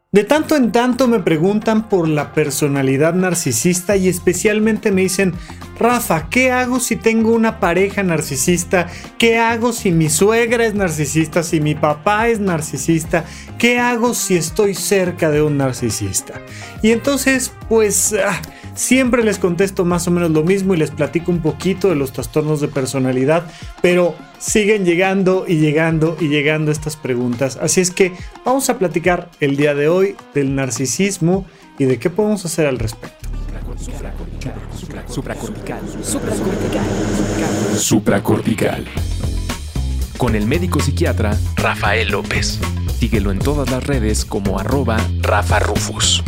De tanto en tanto me preguntan por la personalidad narcisista y especialmente me dicen: Rafa, ¿qué hago si tengo una pareja narcisista? ¿Qué hago si mi suegra es narcisista? ¿Si mi papá es narcisista? ¿Qué hago si estoy cerca de un narcisista? Y entonces, siempre les contesto más o menos lo mismo y les platico un poquito de los trastornos de personalidad, pero siguen llegando y llegando y llegando estas preguntas. Así es que vamos a platicar el día de hoy del narcisismo y de qué podemos hacer al respecto. Supracortical. Con el médico psiquiatra Rafael López. Síguelo en todas las redes como @RafaRufus.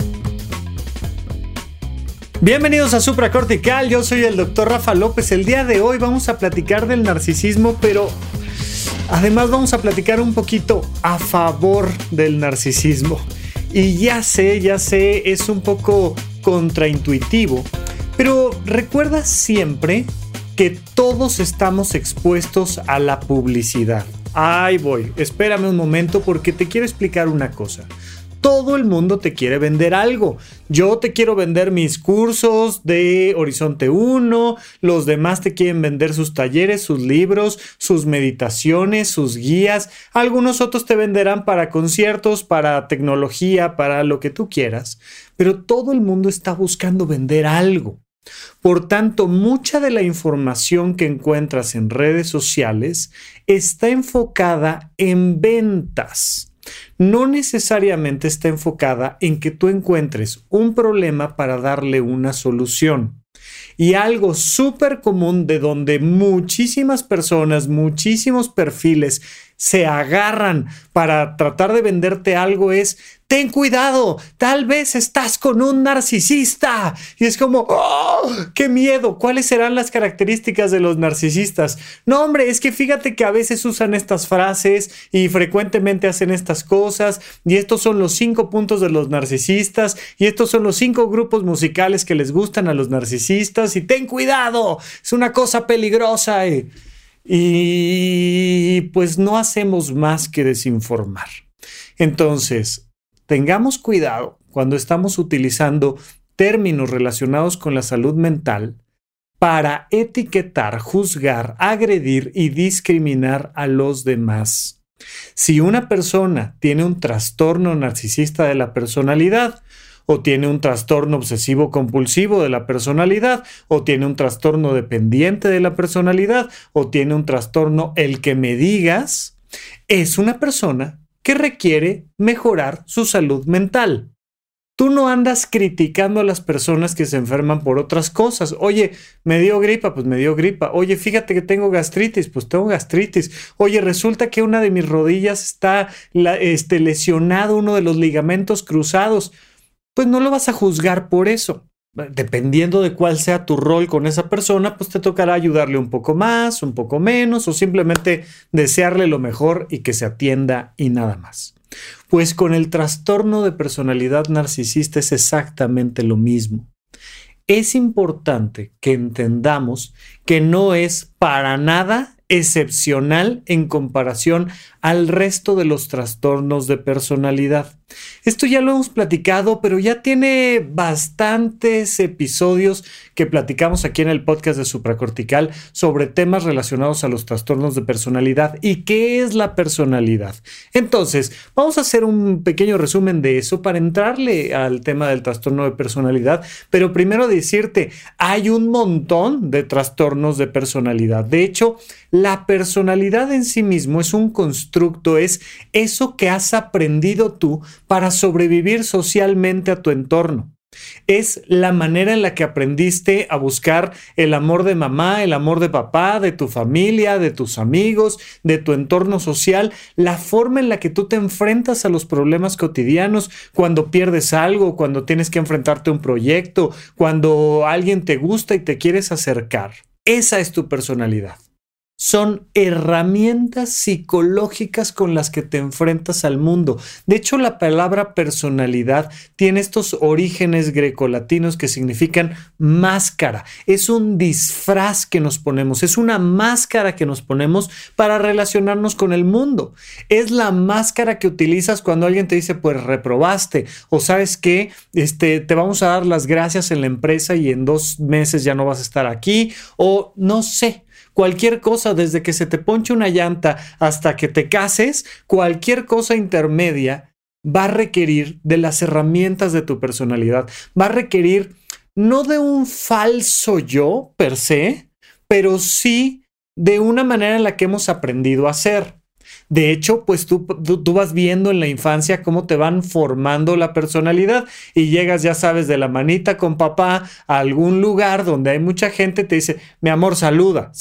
Bienvenidos a Supracortical, yo soy el Dr. Rafa López. El día de hoy vamos a platicar del narcisismo, pero además vamos a platicar un poquito a favor del narcisismo. Y ya sé, es un poco contraintuitivo, pero recuerda siempre que todos estamos expuestos a la publicidad. Ahí voy, espérame un momento porque te quiero explicar una cosa. Todo el mundo te quiere vender algo. Yo te quiero vender mis cursos de Horizonte 1, los demás te quieren vender sus talleres, sus libros, sus meditaciones, sus guías. Algunos otros te venderán para conciertos, para tecnología, para lo que tú quieras. Pero todo el mundo está buscando vender algo. Por tanto, mucha de la información que encuentras en redes sociales está enfocada en ventas. No necesariamente está enfocada en que tú encuentres un problema para darle una solución. Y algo súper común de donde muchísimas personas, muchísimos perfiles se agarran para tratar de venderte algo es: ten cuidado, tal vez estás con un narcisista. Y es como, ¡oh, qué miedo! ¿Cuáles serán las características de los narcisistas? No, hombre, es que fíjate que a veces usan estas frases y frecuentemente hacen estas cosas, y estos son los 5 puntos de los narcisistas, y estos son los 5 grupos musicales que les gustan a los narcisistas, y ten cuidado, es una cosa peligrosa. Y pues no hacemos más que desinformar. Entonces, tengamos cuidado cuando estamos utilizando términos relacionados con la salud mental para etiquetar, juzgar, agredir y discriminar a los demás. Si una persona tiene un trastorno narcisista de la personalidad, o tiene un trastorno obsesivo compulsivo de la personalidad, o tiene un trastorno dependiente de la personalidad, o tiene un trastorno el que me digas, es una persona que requiere mejorar su salud mental. Tú no andas criticando a las personas que se enferman por otras cosas. Oye, me dio gripa, pues me dio gripa. Oye, fíjate que tengo gastritis, pues tengo gastritis. Oye, resulta que una de mis rodillas está lesionado, uno de los ligamentos cruzados. Pues no lo vas a juzgar por eso. Dependiendo de cuál sea tu rol con esa persona, pues te tocará ayudarle un poco más, un poco menos, o simplemente desearle lo mejor y que se atienda y nada más. Pues con el trastorno de personalidad narcisista es exactamente lo mismo. Es importante que entendamos que no es para nada excepcional en comparación al resto de los trastornos de personalidad. Esto ya lo hemos platicado, pero ya tiene bastantes episodios que platicamos aquí en el podcast de Supracortical sobre temas relacionados a los trastornos de personalidad y qué es la personalidad. Entonces, vamos a hacer un pequeño resumen de eso para entrarle al tema del trastorno de personalidad, pero primero decirte, hay un montón de trastornos de personalidad. De hecho, la personalidad en sí mismo es un constructo, es eso que has aprendido tú para sobrevivir socialmente a tu entorno. Es la manera en la que aprendiste a buscar el amor de mamá, el amor de papá, de tu familia, de tus amigos, de tu entorno social, la forma en la que tú te enfrentas a los problemas cotidianos cuando pierdes algo, cuando tienes que enfrentarte a un proyecto, cuando alguien te gusta y te quieres acercar. Esa es tu personalidad. son herramientas psicológicas con las que te enfrentas al mundo. De hecho, la palabra personalidad tiene estos orígenes grecolatinos que significan máscara. Es un disfraz que nos ponemos, es una máscara que nos ponemos para relacionarnos con el mundo. Es la máscara que utilizas cuando alguien te dice, pues reprobaste, o sabes qué, te vamos a dar las gracias en la empresa y en 2 meses ya no vas a estar aquí, o no sé. Cualquier cosa, desde que se te ponche una llanta hasta que te cases, cualquier cosa intermedia va a requerir de las herramientas de tu personalidad. Va a requerir no de un falso yo per se, pero sí de una manera en la que hemos aprendido a ser. De hecho, pues tú vas viendo en la infancia cómo te van formando la personalidad y llegas, ya sabes, de la manita con papá a algún lugar donde hay mucha gente, te dice, mi amor, saluda.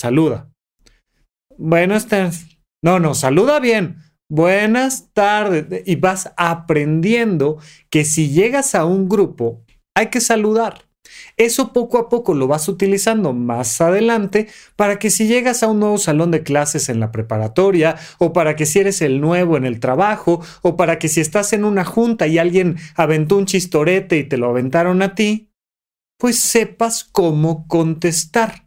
Buenas tardes. No, saluda bien. Buenas tardes. Y vas aprendiendo que si llegas a un grupo, hay que saludar. Eso poco a poco lo vas utilizando más adelante para que si llegas a un nuevo salón de clases en la preparatoria, o para que si eres el nuevo en el trabajo, o para que si estás en una junta y alguien aventó un chistorete y te lo aventaron a ti, pues sepas cómo contestar.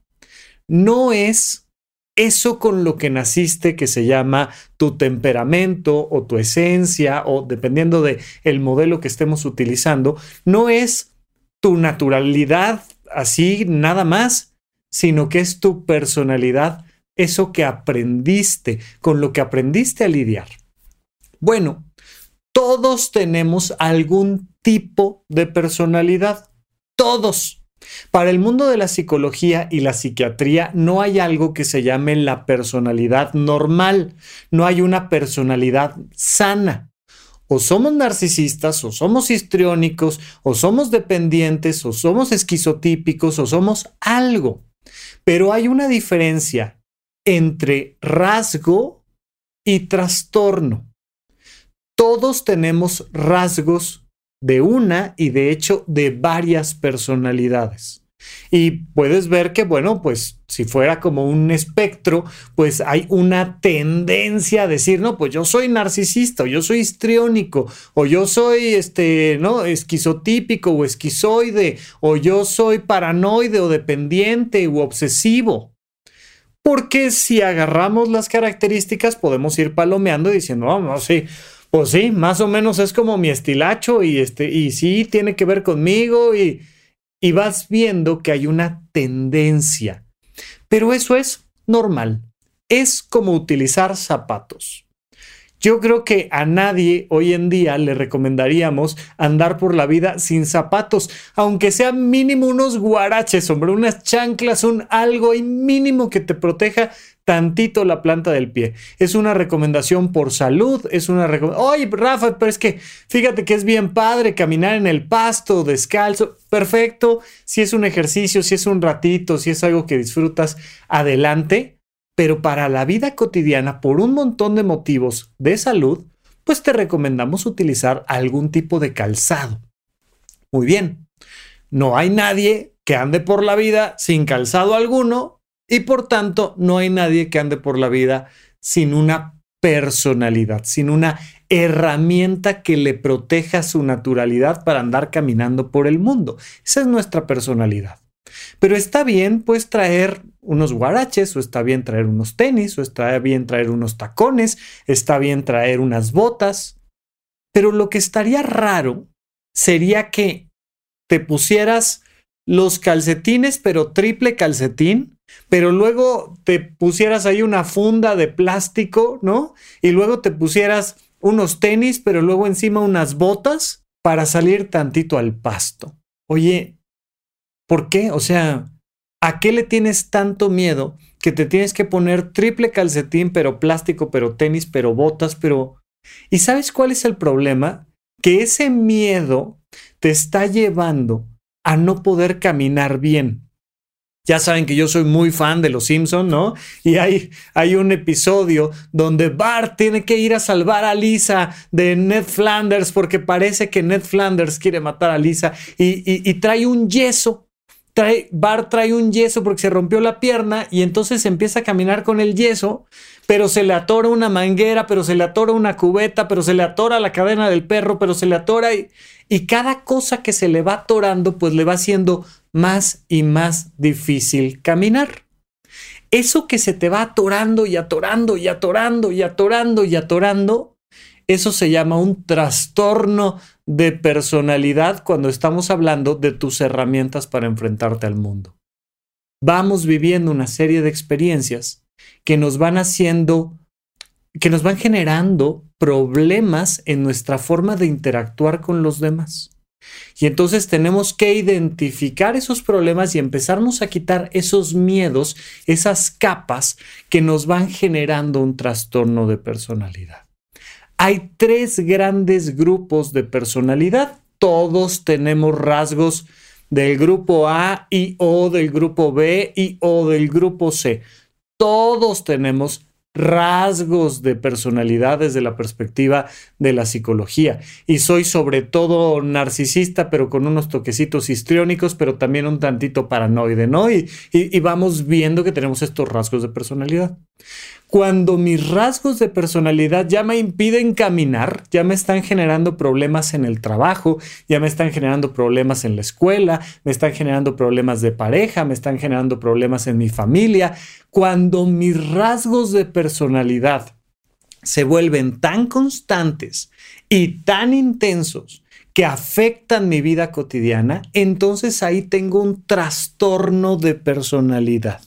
No es eso con lo que naciste que se llama tu temperamento o tu esencia, o dependiendo del modelo que estemos utilizando, no es tu naturalidad así nada más, sino que es tu personalidad, eso que aprendiste, con lo que aprendiste a lidiar. Bueno, todos tenemos algún tipo de personalidad, todos. Para el mundo de la psicología y la psiquiatría no hay algo que se llame la personalidad normal, no hay una personalidad sana. O somos narcisistas, o somos histriónicos, o somos dependientes, o somos esquizotípicos, o somos algo. Pero hay una diferencia entre rasgo y trastorno. Todos tenemos rasgos de una y de hecho de varias personalidades. Y puedes ver que, bueno, pues si fuera como un espectro, pues hay una tendencia a decir, no, pues yo soy narcisista, o yo soy histriónico, o yo soy esquizotípico o esquizoide, o yo soy paranoide o dependiente u obsesivo. Porque si agarramos las características podemos ir palomeando y diciendo, no, sí, pues sí, más o menos es como mi estilacho y sí tiene que ver conmigo y vas viendo que hay una tendencia. Pero eso es normal. Es como utilizar zapatos. Yo creo que a nadie hoy en día le recomendaríamos andar por la vida sin zapatos, aunque sea mínimo unos guaraches, hombre, unas chanclas, un algo ahí mínimo que te proteja tantito la planta del pie. Es una recomendación por salud, es una recomendación. Oye, Rafa, pero es que fíjate que es bien padre caminar en el pasto descalzo. Perfecto, si es un ejercicio, si es un ratito, si es algo que disfrutas, adelante. Pero para la vida cotidiana, por un montón de motivos de salud, pues te recomendamos utilizar algún tipo de calzado. Muy bien, no hay nadie que ande por la vida sin calzado alguno y por tanto no hay nadie que ande por la vida sin una personalidad, sin una herramienta que le proteja su naturalidad para andar caminando por el mundo. Esa es nuestra personalidad. Pero está bien, pues, traer unos guaraches, o está bien traer unos tenis, o está bien traer unos tacones, está bien traer unas botas. Pero lo que estaría raro sería que te pusieras los calcetines, pero triple calcetín, pero luego te pusieras ahí una funda de plástico, ¿no? Y luego te pusieras unos tenis, pero luego encima unas botas para salir tantito al pasto. Oye, ¿por qué? O sea, ¿a qué le tienes tanto miedo que te tienes que poner triple calcetín, pero plástico, pero tenis, pero botas, pero... ¿Y sabes cuál es el problema? Que ese miedo te está llevando a no poder caminar bien. Ya saben que yo soy muy fan de Los Simpson, ¿no? Y hay un episodio donde Bart tiene que ir a salvar a Lisa de Ned Flanders porque parece que Ned Flanders quiere matar a Lisa y trae un yeso. Bart trae un yeso porque se rompió la pierna y entonces empieza a caminar con el yeso, pero se le atora una manguera, pero se le atora una cubeta, pero se le atora la cadena del perro, pero se le atora y cada cosa que se le va atorando pues le va haciendo más y más difícil caminar. Eso que se te va atorando y atorando y atorando y atorando y atorando, eso se llama un trastorno de personalidad cuando estamos hablando de tus herramientas para enfrentarte al mundo. Vamos viviendo una serie de experiencias que nos van generando problemas en nuestra forma de interactuar con los demás. Y entonces tenemos que identificar esos problemas y empezarnos a quitar esos miedos, esas capas que nos van generando un trastorno de personalidad. Hay 3 grandes grupos de personalidad. Todos tenemos rasgos del grupo A y O, del grupo B y O, del grupo C. Todos tenemos rasgos de personalidad desde la perspectiva de la psicología. Y soy sobre todo narcisista, pero con unos toquecitos histriónicos, pero también un tantito paranoide, ¿no? Y vamos viendo que tenemos estos rasgos de personalidad. Cuando mis rasgos de personalidad ya me impiden caminar, ya me están generando problemas en el trabajo, ya me están generando problemas en la escuela, me están generando problemas de pareja, me están generando problemas en mi familia. Cuando mis rasgos de personalidad se vuelven tan constantes y tan intensos que afectan mi vida cotidiana, entonces ahí tengo un trastorno de personalidad.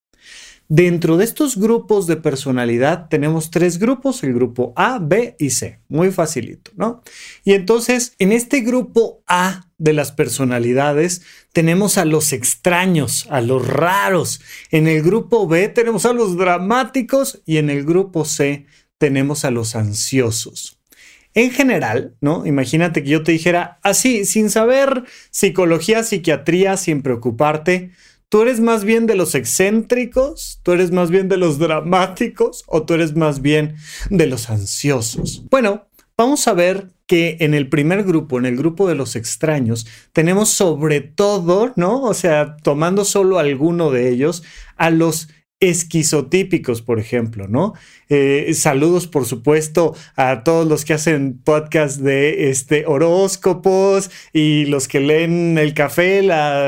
Dentro de estos grupos de personalidad tenemos 3 grupos, el grupo A, B y C. Muy facilito, ¿no? Y entonces, en este grupo A de las personalidades tenemos a los extraños, a los raros. En el grupo B tenemos a los dramáticos y en el grupo C tenemos a los ansiosos. En general, ¿no? Imagínate que yo te dijera así, sin saber psicología, psiquiatría, sin preocuparte, ¿tú eres más bien de los excéntricos? ¿Tú eres más bien de los dramáticos? ¿O tú eres más bien de los ansiosos? Bueno, vamos a ver que en el primer grupo, en el grupo de los extraños, tenemos sobre todo, ¿no? O sea, tomando solo alguno de ellos, a los esquizotípicos, por ejemplo, ¿no? Saludos, por supuesto, a todos los que hacen podcast de horóscopos y los que leen el café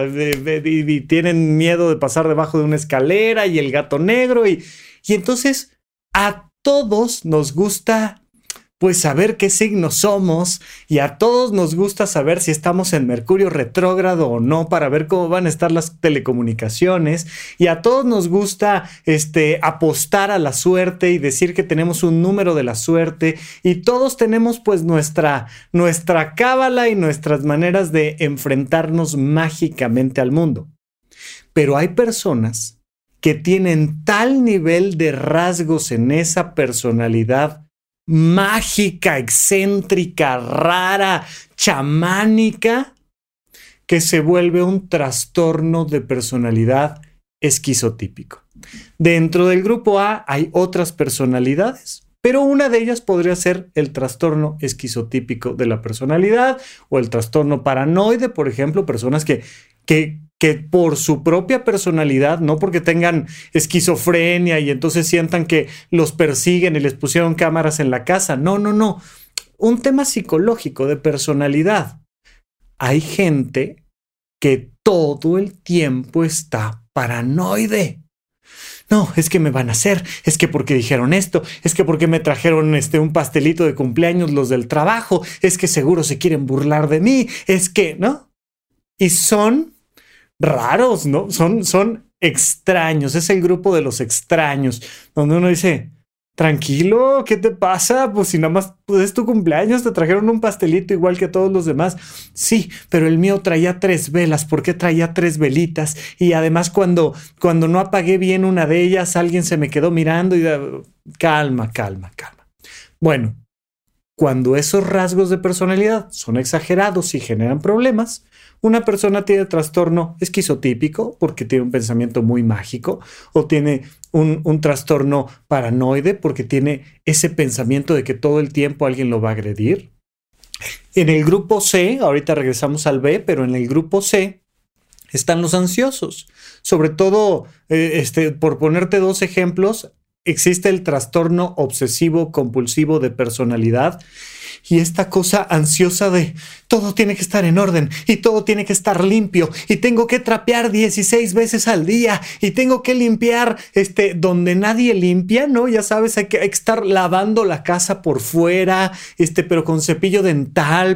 y tienen miedo de pasar debajo de una escalera y el gato negro y entonces a todos nos gusta pues saber qué signo somos y a todos nos gusta saber si estamos en Mercurio retrógrado o no para ver cómo van a estar las telecomunicaciones y a todos nos gusta apostar a la suerte y decir que tenemos un número de la suerte y todos tenemos pues nuestra cábala y nuestras maneras de enfrentarnos mágicamente al mundo. Pero hay personas que tienen tal nivel de rasgos en esa personalidad mágica, excéntrica, rara, chamánica, que se vuelve un trastorno de personalidad esquizotípico. Dentro del grupo A hay otras personalidades, pero una de ellas podría ser el trastorno esquizotípico de la personalidad o el trastorno paranoide, por ejemplo, personas que por su propia personalidad, no porque tengan esquizofrenia y entonces sientan que los persiguen y les pusieron cámaras en la casa. No. Un tema psicológico de personalidad. Hay gente que todo el tiempo está paranoide. No, es que me van a hacer, es que porque dijeron esto, es que porque me trajeron un pastelito de cumpleaños los del trabajo, es que seguro se quieren burlar de mí, es que, ¿no? Y son raros, ¿no? Son extraños, es el grupo de los extraños, donde uno dice, tranquilo, ¿qué te pasa? Pues si nada más pues es tu cumpleaños, te trajeron un pastelito igual que todos los demás. Sí, pero el mío traía 3 velas, ¿por qué traía 3 velitas? Y además cuando no apagué bien una de ellas, alguien se me quedó mirando y calma. Bueno, cuando esos rasgos de personalidad son exagerados y generan problemas, una persona tiene trastorno esquizotípico porque tiene un pensamiento muy mágico o tiene un trastorno paranoide porque tiene ese pensamiento de que todo el tiempo alguien lo va a agredir. En el grupo C, ahorita regresamos al B, pero en el grupo C, están los ansiosos. Sobre todo, por ponerte dos ejemplos, existe el trastorno obsesivo compulsivo de personalidad y esta cosa ansiosa de todo tiene que estar en orden y todo tiene que estar limpio y tengo que trapear 16 veces al día y tengo que limpiar donde nadie limpia, ¿no? Ya sabes, hay que estar lavando la casa por fuera, pero con cepillo dental,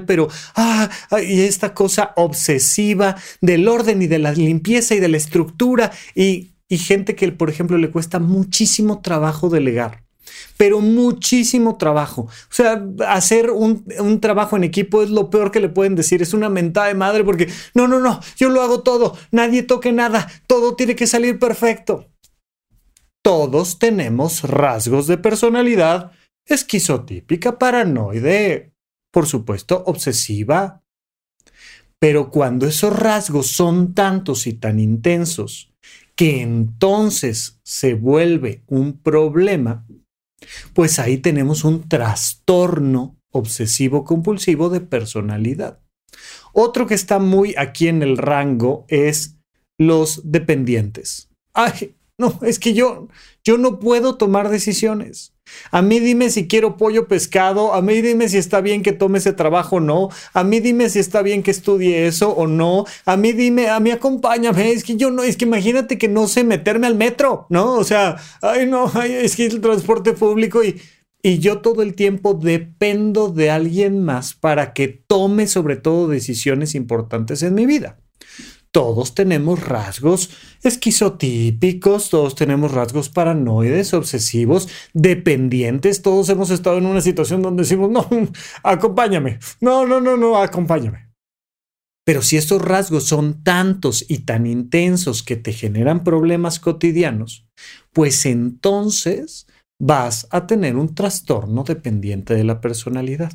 y esta cosa obsesiva del orden y de la limpieza y de la estructura y gente que, por ejemplo, le cuesta muchísimo trabajo delegar, pero muchísimo trabajo. O sea, hacer un trabajo en equipo es lo peor que le pueden decir. Es una mentada de madre porque no, yo lo hago todo, nadie toque nada, todo tiene que salir perfecto. Todos tenemos rasgos de personalidad esquizotípica, paranoide, por supuesto, obsesiva. Pero cuando esos rasgos son tantos y tan intensos que entonces se vuelve un problema, pues ahí tenemos un trastorno obsesivo-compulsivo de personalidad. Otro que está muy aquí en el rango es los dependientes. Ay, no, es que yo no puedo tomar decisiones. A mí dime si quiero pollo o pescado, a mí dime si está bien que tome ese trabajo o no, a mí dime si está bien que estudie eso o no, a mí acompáñame, es que imagínate que no sé meterme al metro, ¿no? O sea, es que el transporte público y yo todo el tiempo dependo de alguien más para que tome sobre todo decisiones importantes en mi vida. Todos tenemos rasgos esquizotípicos, todos tenemos rasgos paranoides, obsesivos, dependientes. Todos hemos estado en una situación donde decimos, no, acompáñame. No, acompáñame. Pero si estos rasgos son tantos y tan intensos que te generan problemas cotidianos, pues entonces vas a tener un trastorno dependiente de la personalidad.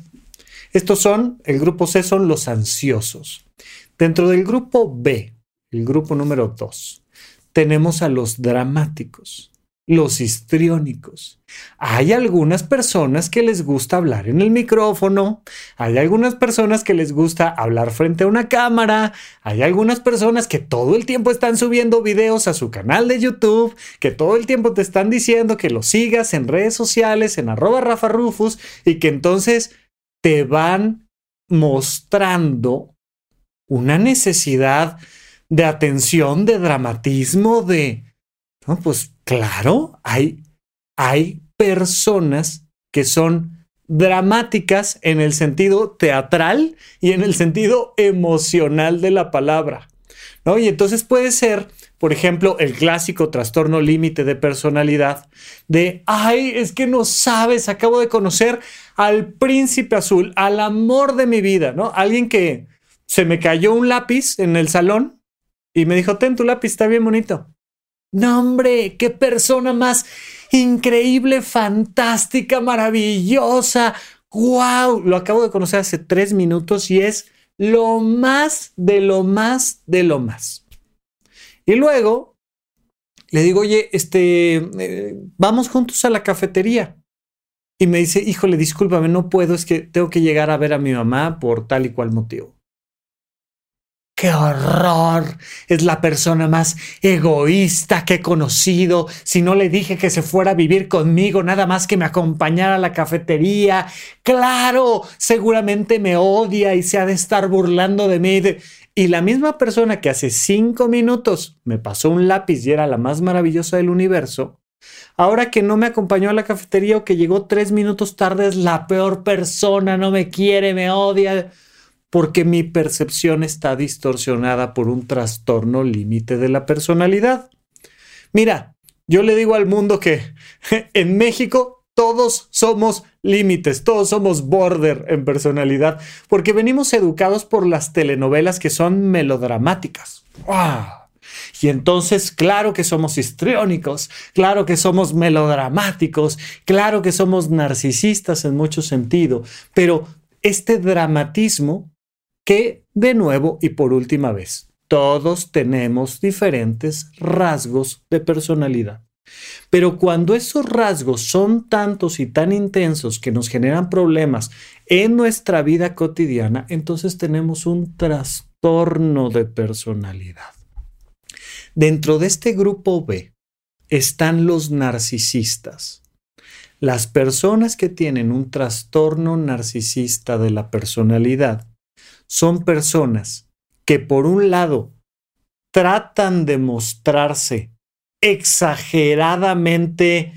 El grupo C son los ansiosos. Dentro del grupo B, el grupo número 2, tenemos a los dramáticos, los histriónicos. Hay algunas personas que les gusta hablar en el micrófono, hay algunas personas que les gusta hablar frente a una cámara, hay algunas personas que todo el tiempo están subiendo videos a su canal de YouTube, que todo el tiempo te están diciendo que lo sigas en redes sociales, en @RafaRufus, y que entonces te van mostrando una necesidad de atención, de dramatismo, no, pues claro, hay personas que son dramáticas en el sentido teatral y en el sentido emocional de la palabra, ¿no? Y entonces puede ser, por ejemplo, el clásico trastorno límite de personalidad es que no sabes, acabo de conocer al príncipe azul, al amor de mi vida, ¿no? Alguien que se me cayó un lápiz en el salón y me dijo, ten tu lápiz, está bien bonito. No, hombre, qué persona más increíble, fantástica, maravillosa. ¡Wow! Lo acabo de conocer hace 3 minutos y es lo más de lo más de lo más. Y luego le digo, oye, vamos juntos a la cafetería. Y me dice, híjole, discúlpame, no puedo, es que tengo que llegar a ver a mi mamá por tal y cual motivo. ¡Qué horror! Es la persona más egoísta que he conocido. Si no le dije que se fuera a vivir conmigo, nada más que me acompañara a la cafetería. ¡Claro! Seguramente me odia y se ha de estar burlando de mí. Y la misma persona que hace 5 minutos me pasó un lápiz y era la más maravillosa del universo, ahora que no me acompañó a la cafetería o que llegó 3 minutos tarde es la peor persona, no me quiere, me odia, porque mi percepción está distorsionada por un trastorno límite de la personalidad. Mira, yo le digo al mundo que en México todos somos límites, todos somos border en personalidad, porque venimos educados por las telenovelas que son melodramáticas. ¡Wow! Y entonces, claro que somos histriónicos, claro que somos melodramáticos, claro que somos narcisistas en mucho sentido, pero este dramatismo que, de nuevo y por última vez, todos tenemos diferentes rasgos de personalidad. Pero cuando esos rasgos son tantos y tan intensos que nos generan problemas en nuestra vida cotidiana, entonces tenemos un trastorno de personalidad. Dentro de este grupo B están los narcisistas. Las personas que tienen un trastorno narcisista de la personalidad son personas que, por un lado, tratan de mostrarse exageradamente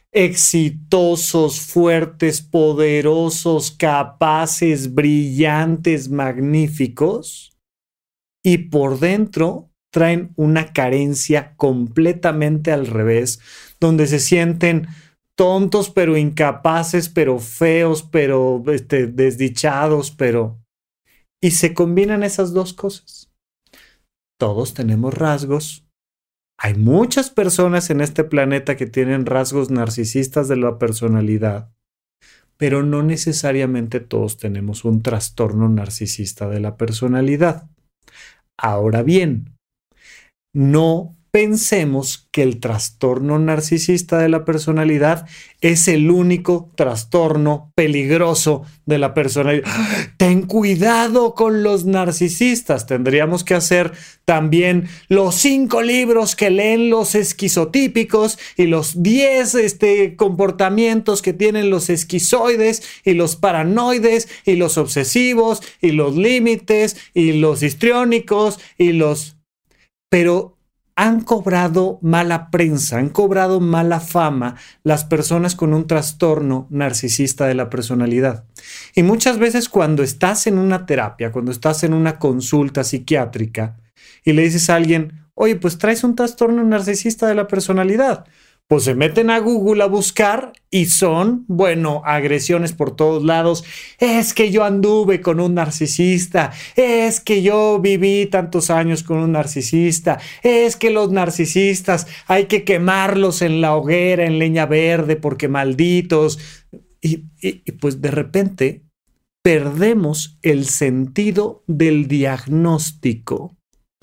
exitosos, fuertes, poderosos, capaces, brillantes, magníficos, y por dentro traen una carencia completamente al revés, donde se sienten tontos, pero incapaces, pero feos, pero desdichados, y se combinan esas dos cosas. Todos tenemos rasgos. Hay muchas personas en este planeta que tienen rasgos narcisistas de la personalidad, pero no necesariamente todos tenemos un trastorno narcisista de la personalidad. Ahora bien, no pensemos que el trastorno narcisista de la personalidad es el único trastorno peligroso de la personalidad. Ten cuidado con los narcisistas. Tendríamos que hacer también los 5 libros que leen los esquizotípicos y los 10 comportamientos que tienen los esquizoides y los paranoides y los obsesivos y los límites y los histriónicos y los... Pero han cobrado mala prensa, han cobrado mala fama las personas con un trastorno narcisista de la personalidad. Y muchas veces cuando estás en una terapia, cuando estás en una consulta psiquiátrica y le dices a alguien, oye, pues traes un trastorno narcisista de la personalidad, pues se meten a Google a buscar y son, agresiones por todos lados. Es que yo anduve con un narcisista, es que yo viví tantos años con un narcisista, es que los narcisistas hay que quemarlos en la hoguera, en leña verde, porque malditos. Y pues de repente perdemos el sentido del diagnóstico.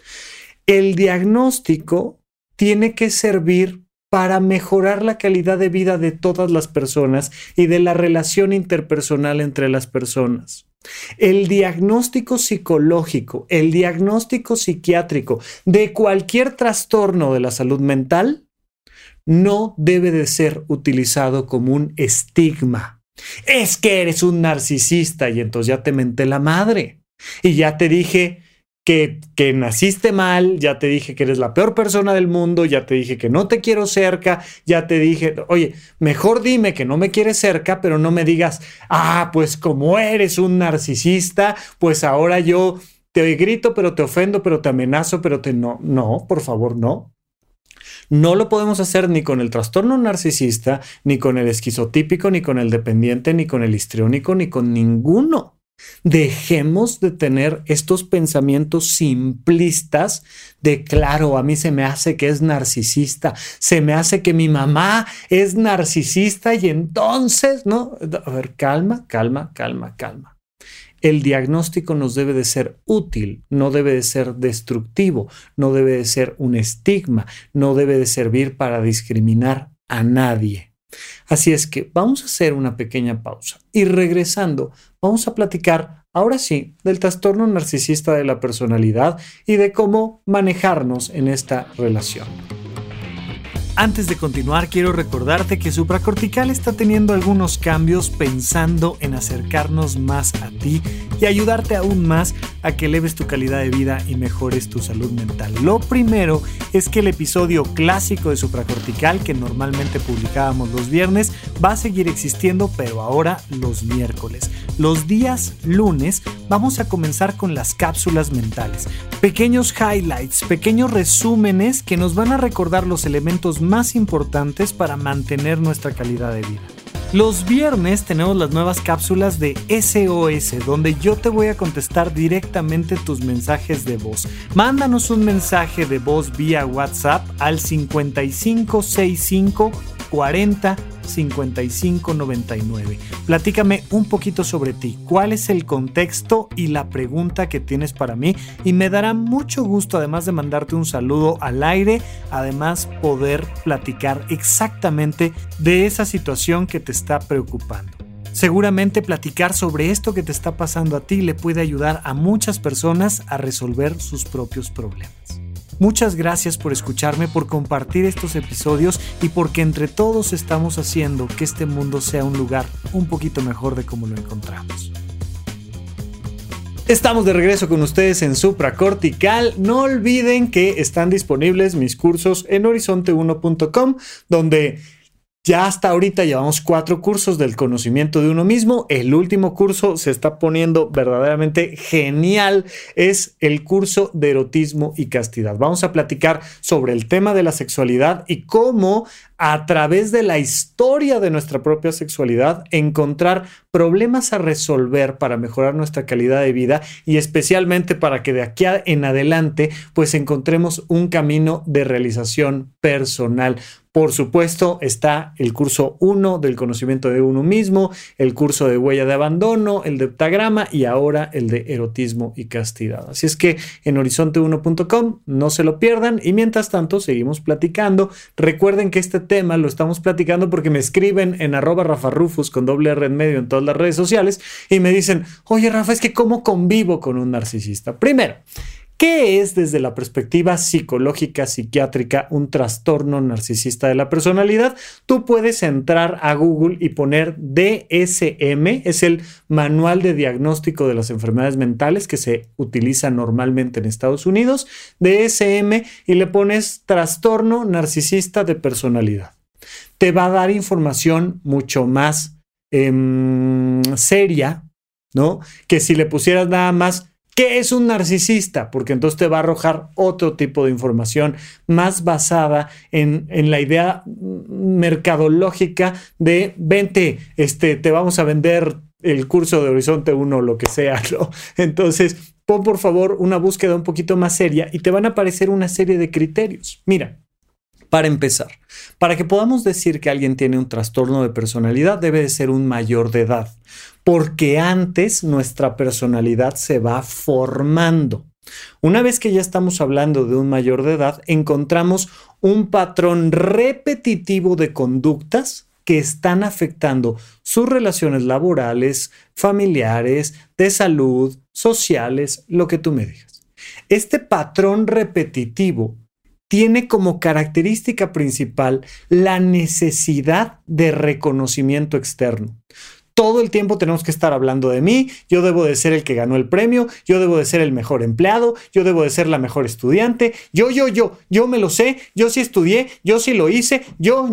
El diagnóstico tiene que servir para mejorar la calidad de vida de todas las personas y de la relación interpersonal entre las personas. El diagnóstico psicológico, el diagnóstico psiquiátrico de cualquier trastorno de la salud mental no debe de ser utilizado como un estigma. Es que eres un narcisista y entonces ya te menté la madre y ya te dije que naciste mal, ya te dije que eres la peor persona del mundo, ya te dije que no te quiero cerca, ya te dije, oye, mejor dime que no me quieres cerca, pero no me digas, pues como eres un narcisista, pues ahora yo te grito, pero te ofendo, pero te amenazo, pero no, por favor, no. No lo podemos hacer ni con el trastorno narcisista, ni con el esquizotípico, ni con el dependiente, ni con el histriónico, ni con ninguno. Dejemos de tener estos pensamientos simplistas de claro, a mí se me hace que es narcisista, se me hace que mi mamá es narcisista y entonces, ¿no? A ver, calma. El diagnóstico nos debe de ser útil, no debe de ser destructivo, no debe de ser un estigma, no debe de servir para discriminar a nadie. Así es que vamos a hacer una pequeña pausa y regresando vamos a platicar ahora sí del trastorno narcisista de la personalidad y de cómo manejarnos en esta relación. Antes de continuar, quiero recordarte que Supracortical está teniendo algunos cambios pensando en acercarnos más a ti y ayudarte aún más a que eleves tu calidad de vida y mejores tu salud mental. Lo primero es que el episodio clásico de Supracortical, que normalmente publicábamos los viernes, va a seguir existiendo, pero ahora los miércoles. Los días lunes vamos a comenzar con las cápsulas mentales. Pequeños highlights, pequeños resúmenes que nos van a recordar los elementos más importantes para mantener nuestra calidad de vida. Los viernes tenemos las nuevas cápsulas de SOS, donde yo te voy a contestar directamente tus mensajes de voz. Mándanos un mensaje de voz vía WhatsApp al 5565 40 55 99. Platícame un poquito sobre ti, cuál es el contexto y la pregunta que tienes para mí y me dará mucho gusto, además de mandarte un saludo al aire, además poder platicar exactamente de esa situación que te está preocupando. Seguramente platicar sobre esto que te está pasando a ti le puede ayudar a muchas personas a resolver sus propios problemas. Muchas gracias por escucharme, por compartir estos episodios y porque entre todos estamos haciendo que este mundo sea un lugar un poquito mejor de como lo encontramos. Estamos de regreso con ustedes en Supracortical. No olviden que están disponibles mis cursos en horizonte1.com, donde ya hasta ahorita llevamos 4 cursos del conocimiento de uno mismo. El último curso se está poniendo verdaderamente genial. Es el curso de erotismo y castidad. Vamos a platicar sobre el tema de la sexualidad y cómo a través de la historia de nuestra propia sexualidad encontrar problemas a resolver para mejorar nuestra calidad de vida y especialmente para que de aquí en adelante pues encontremos un camino de realización personal. Por supuesto, está el curso 1 del conocimiento de uno mismo, el curso de huella de abandono, el de heptagrama y ahora el de erotismo y castidad. Así es que en horizonte1.com no se lo pierdan y mientras tanto seguimos platicando. Recuerden que este tema lo estamos platicando porque me escriben en @rafarufus con ~r en medio en todas las redes sociales y me dicen, oye Rafa, es que ¿cómo convivo con un narcisista? Primero, ¿qué es desde la perspectiva psicológica, psiquiátrica, un trastorno narcisista de la personalidad? Tú puedes entrar a Google y poner DSM, es el Manual de Diagnóstico de las Enfermedades Mentales que se utiliza normalmente en Estados Unidos, DSM, y le pones trastorno narcisista de personalidad. Te va a dar información mucho más seria, ¿no? Que si le pusieras nada más ¿qué es un narcisista? Porque entonces te va a arrojar otro tipo de información más basada en la idea mercadológica de vente, te vamos a vender el curso de Horizonte 1 o lo que sea, ¿no? Entonces, pon por favor una búsqueda un poquito más seria y te van a aparecer una serie de criterios. Mira, para empezar, para que podamos decir que alguien tiene un trastorno de personalidad, debe de ser un mayor de edad, porque antes nuestra personalidad se va formando. Una vez que ya estamos hablando de un mayor de edad, encontramos un patrón repetitivo de conductas que están afectando sus relaciones laborales, familiares, de salud, sociales, lo que tú me digas. Este patrón repetitivo tiene como característica principal la necesidad de reconocimiento externo. Todo el tiempo tenemos que estar hablando de mí, yo debo de ser el que ganó el premio, yo debo de ser el mejor empleado, yo debo de ser la mejor estudiante, yo me lo sé, yo sí estudié, yo sí lo hice, yo.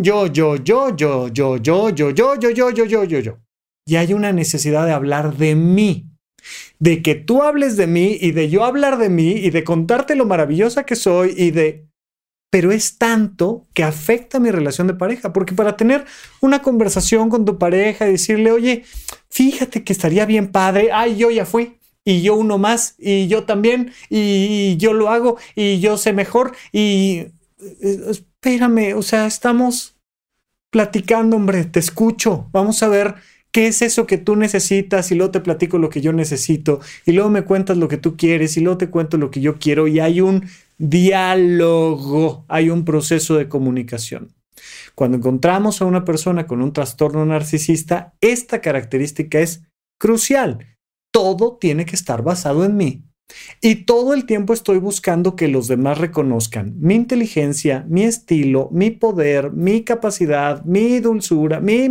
Y hay una necesidad de hablar de mí, de que tú hables de mí y de yo hablar de mí y de contarte lo maravillosa que soy y de... Pero es tanto que afecta mi relación de pareja, porque para tener una conversación con tu pareja y decirle, oye, fíjate que estaría bien padre, ay, yo ya fui, y yo uno más, y yo también, y yo lo hago, y yo sé mejor, y espérame, o sea, estamos platicando, hombre, te escucho, vamos a ver qué es eso que tú necesitas, y luego te platico lo que yo necesito, y luego me cuentas lo que tú quieres, y luego te cuento lo que yo quiero, y hay un diálogo, hay un proceso de comunicación. Cuando encontramos a una persona con un trastorno narcisista, esta característica es crucial. Todo tiene que estar basado en mí. Y todo el tiempo estoy buscando que los demás reconozcan mi inteligencia, mi estilo, mi poder, mi capacidad, mi dulzura, mi.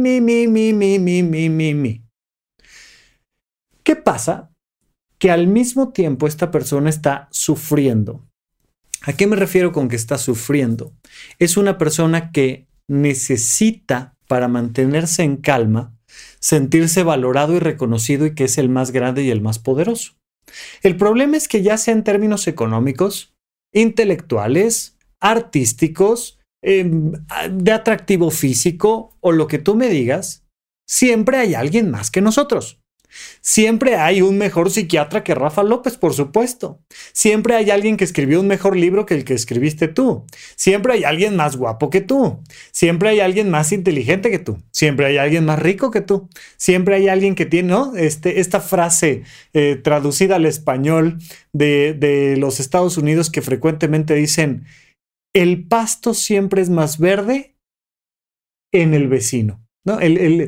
¿Qué pasa? Que al mismo tiempo esta persona está sufriendo. ¿A qué me refiero con que está sufriendo? Es una persona que necesita, para mantenerse en calma, sentirse valorado y reconocido y que es el más grande y el más poderoso. El problema es que ya sea en términos económicos, intelectuales, artísticos, de atractivo físico o lo que tú me digas, siempre hay alguien más que nosotros. Siempre hay un mejor psiquiatra que Rafa López, por supuesto. Siempre hay alguien que escribió un mejor libro que el que escribiste tú. Siempre hay alguien más guapo que tú. Siempre hay alguien más inteligente que tú. Siempre hay alguien más rico que tú. Siempre hay alguien que tiene, ¿no? Esta frase traducida al español de los Estados Unidos que frecuentemente dicen, el pasto siempre es más verde en el vecino, ¿no?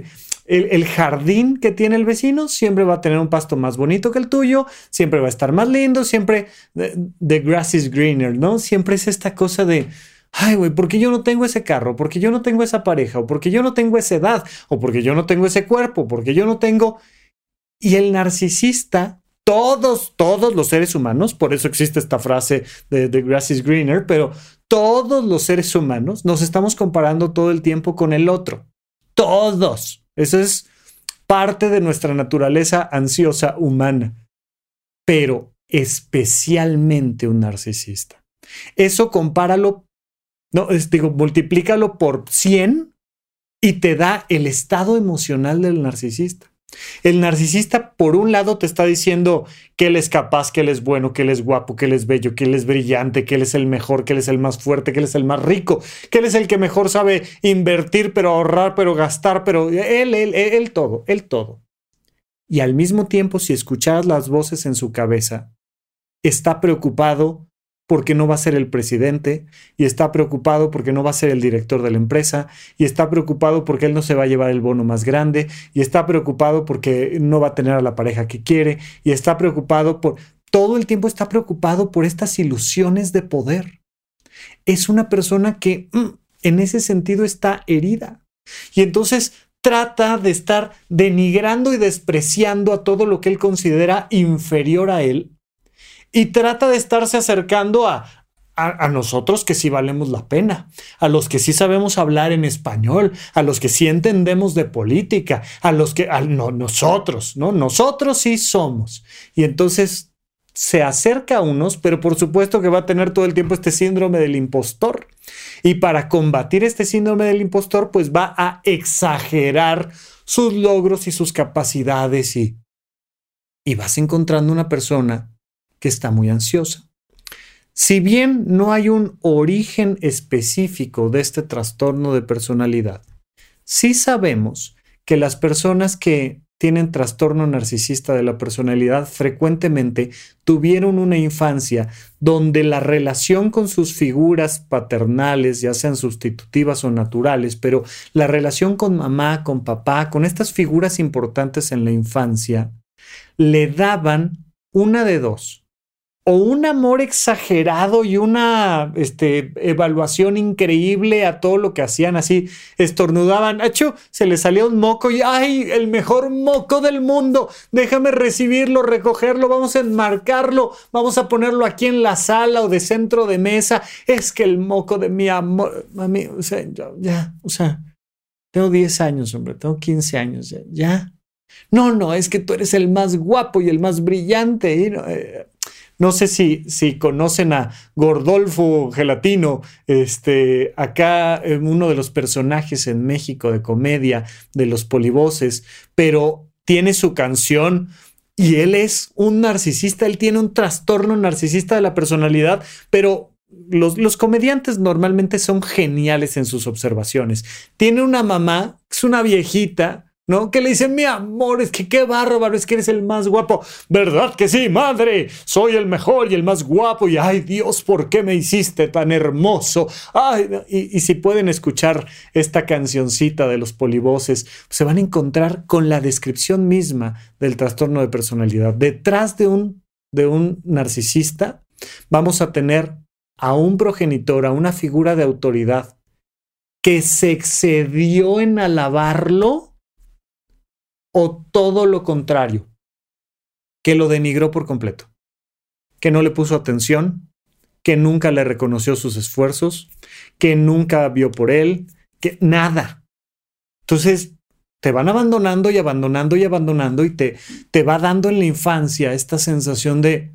el jardín que tiene el vecino siempre va a tener un pasto más bonito que el tuyo, siempre va a estar más lindo, siempre the grass is greener, ¿no? Siempre es esta cosa de, ay, güey, ¿por qué yo no tengo ese carro? ¿Por qué yo no tengo esa pareja? ¿O por qué yo no tengo esa edad? ¿O por qué yo no tengo ese cuerpo? ¿Por qué yo no tengo...? Y el narcisista, todos los seres humanos, por eso existe esta frase de the grass is greener, pero todos los seres humanos nos estamos comparando todo el tiempo con el otro. Todos. Eso es parte de nuestra naturaleza ansiosa humana, pero especialmente un narcisista. Eso compáralo, multiplícalo por 100 y te da el estado emocional del narcisista. El narcisista, por un lado, te está diciendo que él es capaz, que él es bueno, que él es guapo, que él es bello, que él es brillante, que él es el mejor, que él es el más fuerte, que él es el más rico, que él es el que mejor sabe invertir, pero ahorrar, pero gastar, pero él todo. Y al mismo tiempo, si escucharas las voces en su cabeza, está preocupado porque no va a ser el presidente, y está preocupado porque no va a ser el director de la empresa, y está preocupado porque él no se va a llevar el bono más grande, y está preocupado porque no va a tener a la pareja que quiere, y está preocupado por... Todo el tiempo está preocupado por estas ilusiones de poder. Es una persona que en ese sentido está herida. Y entonces trata de estar denigrando y despreciando a todo lo que él considera inferior a él, y trata de estarse acercando a nosotros que sí valemos la pena, a los que sí sabemos hablar en español, a los que sí entendemos de política, nosotros sí somos. Y entonces se acerca a unos, pero por supuesto que va a tener todo el tiempo este síndrome del impostor. Y para combatir este síndrome del impostor, pues va a exagerar sus logros y sus capacidades y vas encontrando una persona que está muy ansiosa. Si bien no hay un origen específico de este trastorno de personalidad, sí sabemos que las personas que tienen trastorno narcisista de la personalidad frecuentemente tuvieron una infancia donde la relación con sus figuras paternales, ya sean sustitutivas o naturales, pero la relación con mamá, con papá, con estas figuras importantes en la infancia, le daban una de dos: o un amor exagerado y una evaluación increíble a todo lo que hacían, así estornudaban, ¡achú!, se les salía un moco y ¡ay, el mejor moco del mundo! Déjame recibirlo, recogerlo, vamos a enmarcarlo, vamos a ponerlo aquí en la sala o de centro de mesa. Es que el moco de mi amor, mami, tengo 10 años, hombre, tengo 15 años, ya. No, es que tú eres el más guapo y el más brillante, No sé si conocen a Gordolfo Gelatino, acá uno de los personajes en México de comedia de los polivoces, pero tiene su canción y él es un narcisista, él tiene un trastorno narcisista de la personalidad, pero los comediantes normalmente son geniales en sus observaciones. Tiene una mamá, es una viejita, ¿no?, que le dice: mi amor, es que qué bárbaro, es que eres el más guapo. ¿Verdad que sí, madre? Soy el mejor y el más guapo. Y ay, Dios, ¿por qué me hiciste tan hermoso? Ay, y si pueden escuchar esta cancioncita de los polivoces, se van a encontrar con la descripción misma del trastorno de personalidad. Detrás de un narcisista vamos a tener a un progenitor, a una figura de autoridad que se excedió en alabarlo, o todo lo contrario, que lo denigró por completo, que no le puso atención, que nunca le reconoció sus esfuerzos, que nunca vio por él, que nada. Entonces te van abandonando y abandonando y abandonando, y te va dando en la infancia esta sensación de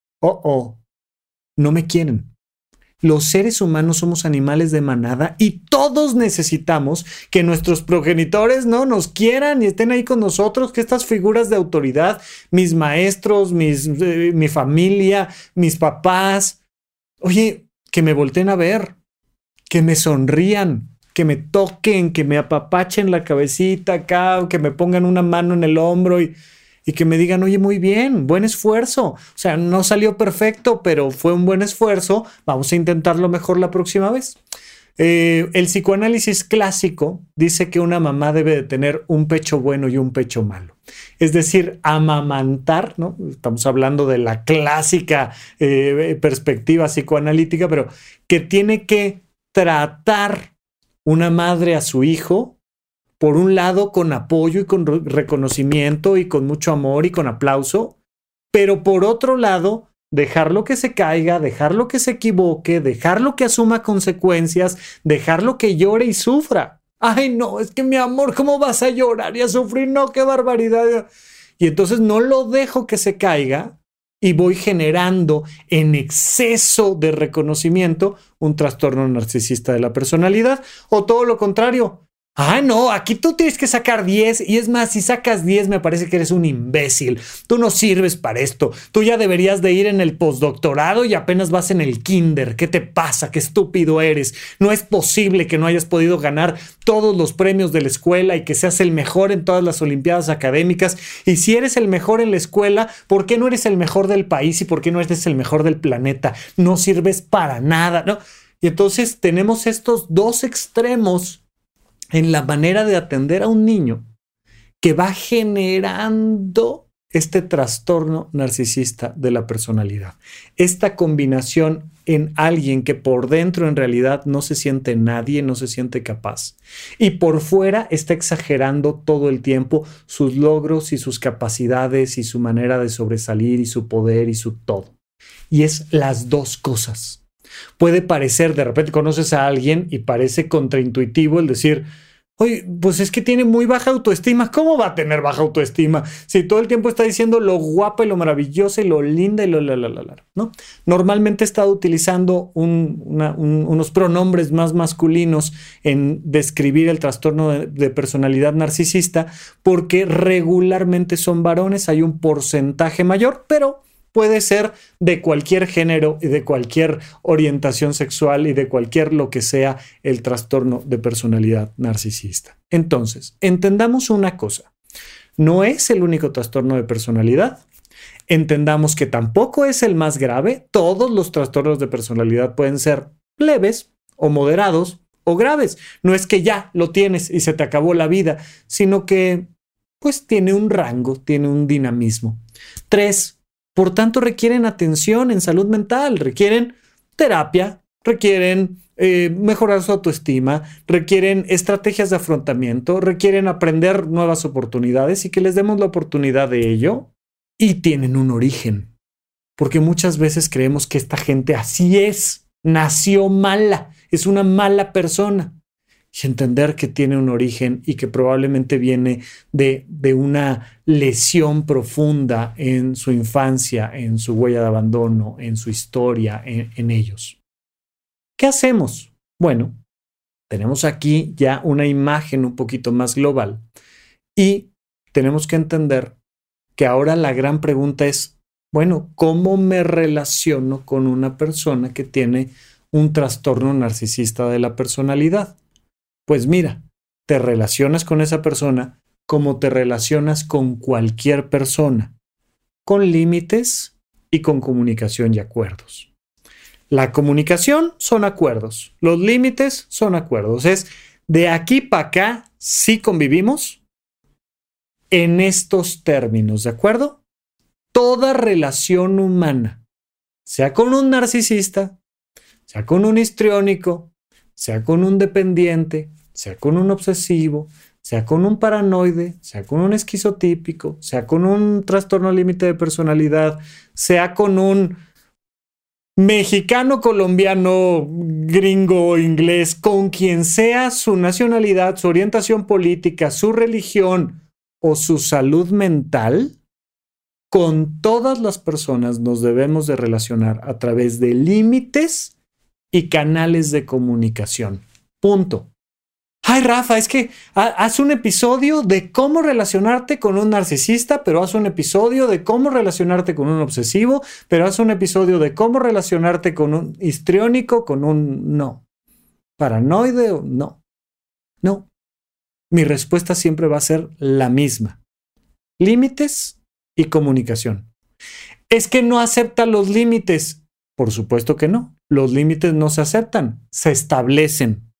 no me quieren. Los seres humanos somos animales de manada y todos necesitamos que nuestros progenitores no nos quieran y estén ahí con nosotros, que estas figuras de autoridad, mis maestros, mi familia, mis papás, oye, que me volteen a ver, que me sonrían, que me toquen, que me apapachen la cabecita acá, que me pongan una mano en el hombro y que me digan: oye, muy bien, buen esfuerzo. O sea, no salió perfecto, pero fue un buen esfuerzo. Vamos a intentarlo mejor la próxima vez. El psicoanálisis clásico dice que una mamá debe de tener un pecho bueno y un pecho malo. Es decir, amamantar, ¿no? Estamos hablando de la clásica perspectiva psicoanalítica, pero que tiene que tratar una madre a su hijo, por un lado con apoyo y con reconocimiento y con mucho amor y con aplauso, pero por otro lado, dejarlo que se caiga, dejarlo que se equivoque, dejarlo que asuma consecuencias, dejarlo que llore y sufra. Ay, no, es que mi amor, ¿cómo vas a llorar y a sufrir? No, qué barbaridad. Y entonces no lo dejo que se caiga y voy generando en exceso de reconocimiento un trastorno narcisista de la personalidad, o todo lo contrario. Ah, no, aquí tú tienes que sacar 10 y es más, si sacas 10 me parece que eres un imbécil. Tú no sirves para esto. Tú ya deberías de ir en el postdoctorado y apenas vas en el kinder. ¿Qué te pasa? ¿Qué estúpido eres? No es posible que no hayas podido ganar todos los premios de la escuela y que seas el mejor en todas las olimpiadas académicas. Y si eres el mejor en la escuela, ¿por qué no eres el mejor del país y por qué no eres el mejor del planeta? No sirves para nada, ¿no? Y entonces tenemos estos dos extremos en la manera de atender a un niño que va generando este trastorno narcisista de la personalidad. Esta combinación en alguien que por dentro en realidad no se siente nadie, no se siente capaz, y por fuera está exagerando todo el tiempo sus logros y sus capacidades y su manera de sobresalir y su poder y su todo. Y es las dos cosas. Puede parecer, de repente conoces a alguien y parece contraintuitivo el decir, oye, pues es que tiene muy baja autoestima. ¿Cómo va a tener baja autoestima si todo el tiempo está diciendo lo guapa y lo maravillosa y lo linda y ¿no? Normalmente está utilizando unos pronombres más masculinos en describir el trastorno de personalidad narcisista porque regularmente son varones, hay un porcentaje mayor, pero puede ser de cualquier género y de cualquier orientación sexual y de cualquier lo que sea el trastorno de personalidad narcisista. Entonces, entendamos una cosa. No es el único trastorno de personalidad. Entendamos que tampoco es el más grave. Todos los trastornos de personalidad pueden ser leves o moderados o graves. No es que ya lo tienes y se te acabó la vida, sino que pues tiene un rango, tiene un dinamismo. 3. Por tanto, requieren atención en salud mental, requieren terapia, requieren mejorar su autoestima, requieren estrategias de afrontamiento, requieren aprender nuevas oportunidades y que les demos la oportunidad de ello. Y tienen un origen, porque muchas veces creemos que esta gente así es, nació mala, es una mala persona. Y entender que tiene un origen y que probablemente viene de una lesión profunda en su infancia, en su huella de abandono, en su historia, en ellos. ¿Qué hacemos? Bueno, tenemos aquí ya una imagen un poquito más global y tenemos que entender que ahora la gran pregunta es, bueno, ¿cómo me relaciono con una persona que tiene un trastorno narcisista de la personalidad? Pues mira, te relacionas con esa persona como te relacionas con cualquier persona, con límites y con comunicación y acuerdos. La comunicación son acuerdos, los límites son acuerdos. Es de aquí para acá sí convivimos en estos términos, ¿de acuerdo? Toda relación humana, sea con un narcisista, sea con un histriónico, sea con un dependiente, sea con un obsesivo, sea con un paranoide, sea con un esquizotípico, sea con un trastorno límite de personalidad, sea con un mexicano, colombiano, gringo, inglés, con quien sea su nacionalidad, su orientación política, su religión o su salud mental, con todas las personas nos debemos de relacionar a través de límites y canales de comunicación. Punto. Ay, Rafa, es que haz un episodio de cómo relacionarte con un narcisista, pero haz un episodio de cómo relacionarte con un obsesivo, pero haz un episodio de cómo relacionarte con un histriónico, con un no. Paranoide o no. No. Mi respuesta siempre va a ser la misma. Límites y comunicación. Es que no acepta los límites. Por supuesto que no. Los límites no se aceptan, se establecen.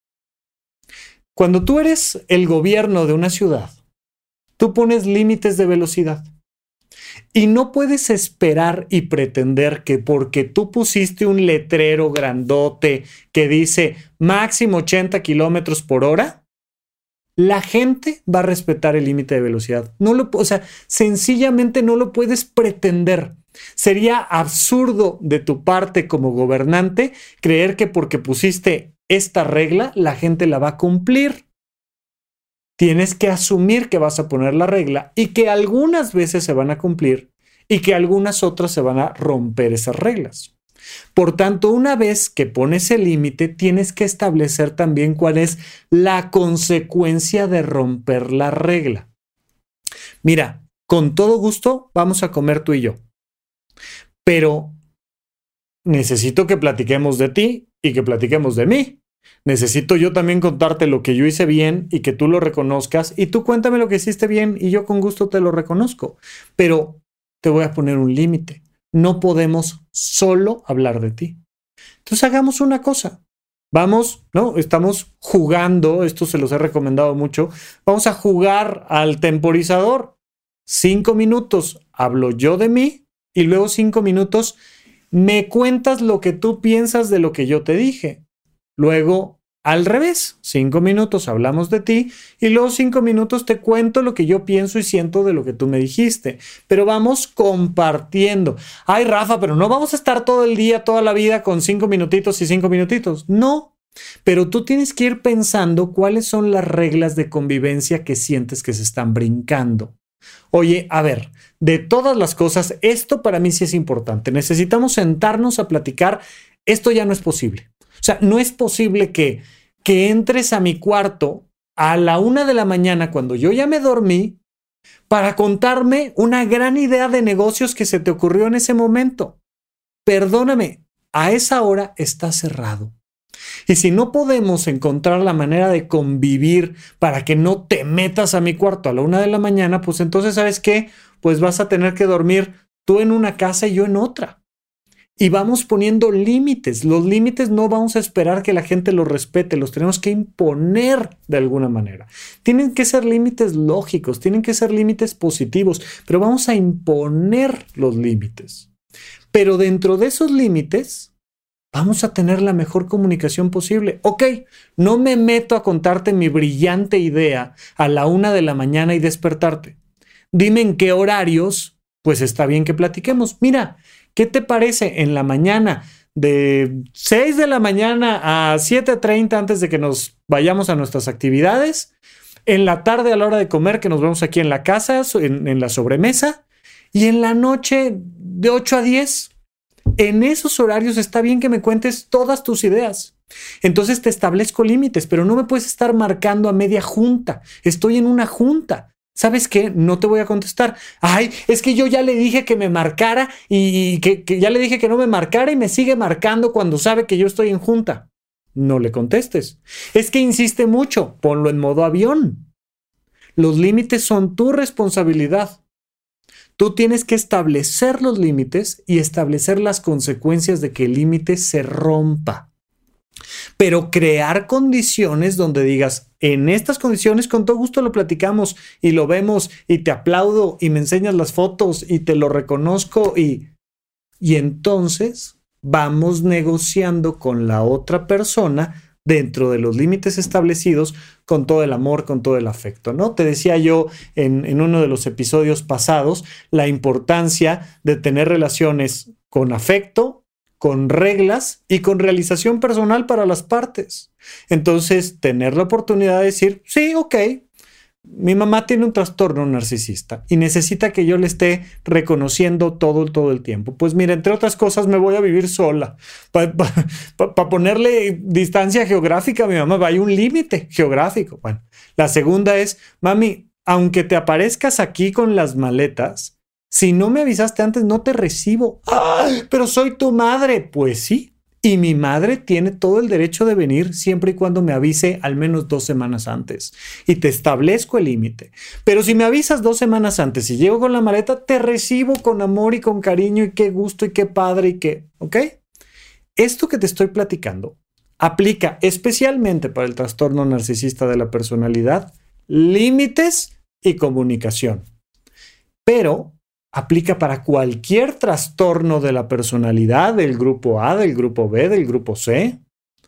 Cuando tú eres el gobierno de una ciudad, tú pones límites de velocidad. Y no puedes esperar y pretender que porque tú pusiste un letrero grandote que dice máximo 80 kilómetros por hora, la gente va a respetar el límite de velocidad. Sencillamente no lo puedes pretender. Sería absurdo de tu parte como gobernante creer que porque pusiste esta regla, la gente la va a cumplir. Tienes que asumir que vas a poner la regla y que algunas veces se van a cumplir y que algunas otras se van a romper esas reglas. Por tanto, una vez que pones el límite, tienes que establecer también cuál es la consecuencia de romper la regla. Mira, con todo gusto vamos a comer tú y yo, pero necesito que platiquemos de ti y que platiquemos de mí. Necesito yo también contarte lo que yo hice bien y que tú lo reconozcas, y tú cuéntame lo que hiciste bien y yo con gusto te lo reconozco. Pero te voy a poner un límite. No podemos solo hablar de ti. Entonces hagamos una cosa. Vamos, ¿no? Estamos jugando, esto se los he recomendado mucho. Vamos a jugar al temporizador. 5 minutos hablo yo de mí y luego 5 minutos me cuentas lo que tú piensas de lo que yo te dije. Luego, al revés, 5 minutos hablamos de ti y luego 5 minutos te cuento lo que yo pienso y siento de lo que tú me dijiste. Pero vamos compartiendo. Ay, Rafa, pero no vamos a estar todo el día, toda la vida con 5 minutitos y 5 minutitos. No, pero tú tienes que ir pensando cuáles son las reglas de convivencia que sientes que se están brincando. Oye, a ver, de todas las cosas, esto para mí sí es importante. Necesitamos sentarnos a platicar. Esto ya no es posible. O sea, no es posible que entres a mi cuarto a la 1 de la mañana cuando yo ya me dormí para contarme una gran idea de negocios que se te ocurrió en ese momento. Perdóname, a esa hora está cerrado. Y si no podemos encontrar la manera de convivir para que no te metas a mi cuarto a la 1 de la mañana, pues entonces, ¿sabes qué? Pues vas a tener que dormir tú en una casa y yo en otra. Y vamos poniendo límites. Los límites no vamos a esperar que la gente los respete, los tenemos que imponer de alguna manera. Tienen que ser límites lógicos, tienen que ser límites positivos, pero vamos a imponer los límites. Pero dentro de esos límites, vamos a tener la mejor comunicación posible. Ok, no me meto a contarte mi brillante idea a la 1 de la mañana y despertarte. Dime en qué horarios, pues está bien que platiquemos. Mira, ¿qué te parece en la mañana de 6 de la mañana a 7:30 antes de que nos vayamos a nuestras actividades? En la tarde a la hora de comer, que nos vemos aquí en la casa, en la sobremesa. Y en la noche de 8 a 10. En esos horarios está bien que me cuentes todas tus ideas. Entonces te establezco límites, pero no me puedes estar marcando a media junta. Estoy en una junta. ¿Sabes qué? No te voy a contestar. Ay, es que yo ya le dije que me marcara y que ya le dije que no me marcara y me sigue marcando cuando sabe que yo estoy en junta. No le contestes. Es que insiste mucho. Ponlo en modo avión. Los límites son tu responsabilidad. Tú tienes que establecer los límites y establecer las consecuencias de que el límite se rompa. Pero crear condiciones donde digas, en estas condiciones con todo gusto lo platicamos y lo vemos y te aplaudo y me enseñas las fotos y te lo reconozco y entonces vamos negociando con la otra persona dentro de los límites establecidos con todo el amor, con todo el afecto, ¿no? Te decía yo en uno de los episodios pasados la importancia de tener relaciones con afecto, con reglas y con realización personal para las partes. Entonces, tener la oportunidad de decir, sí, ok, mi mamá tiene un trastorno narcisista y necesita que yo le esté reconociendo todo el tiempo. Pues mira, entre otras cosas, me voy a vivir sola. Para ponerle distancia geográfica a mi mamá, hay un límite geográfico. Bueno, la segunda es, mami, aunque te aparezcas aquí con las maletas, si no me avisaste antes, no te recibo. ¡Ah! Pero soy tu madre. Pues sí. Y mi madre tiene todo el derecho de venir siempre y cuando me avise al menos 2 semanas antes. Y te establezco el límite. Pero si me avisas 2 semanas antes y llego con la maleta, te recibo con amor y con cariño y qué gusto y qué padre y qué. ¿Ok? Esto que te estoy platicando, aplica especialmente para el trastorno narcisista de la personalidad, límites y comunicación. Pero aplica para cualquier trastorno de la personalidad del grupo A, del grupo B, del grupo C.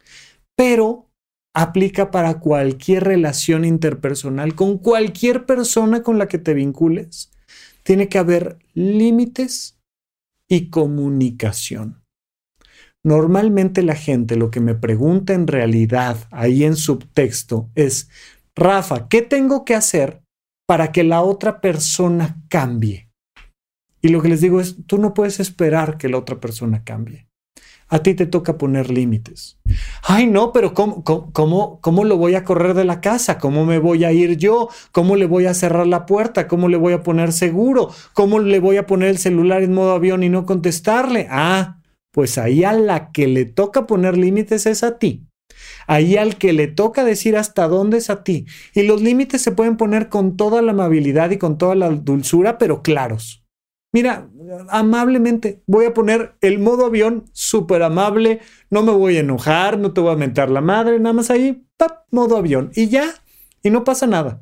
Pero aplica para cualquier relación interpersonal con cualquier persona con la que te vincules. Tiene que haber límites y comunicación. Normalmente la gente lo que me pregunta en realidad, ahí en subtexto, es: Rafa, ¿qué tengo que hacer para que la otra persona cambie? Y lo que les digo es, tú no puedes esperar que la otra persona cambie. A ti te toca poner límites. Ay, no, pero ¿cómo lo voy a correr de la casa? ¿Cómo me voy a ir yo? ¿Cómo le voy a cerrar la puerta? ¿Cómo le voy a poner seguro? ¿Cómo le voy a poner el celular en modo avión y no contestarle? Pues ahí a la que le toca poner límites es a ti. Ahí al que le toca decir hasta dónde es a ti. Y los límites se pueden poner con toda la amabilidad y con toda la dulzura, pero claros. Mira, amablemente, voy a poner el modo avión súper amable, no me voy a enojar, no te voy a mentar la madre, nada más ahí, ¡pap!, modo avión, y ya, y no pasa nada.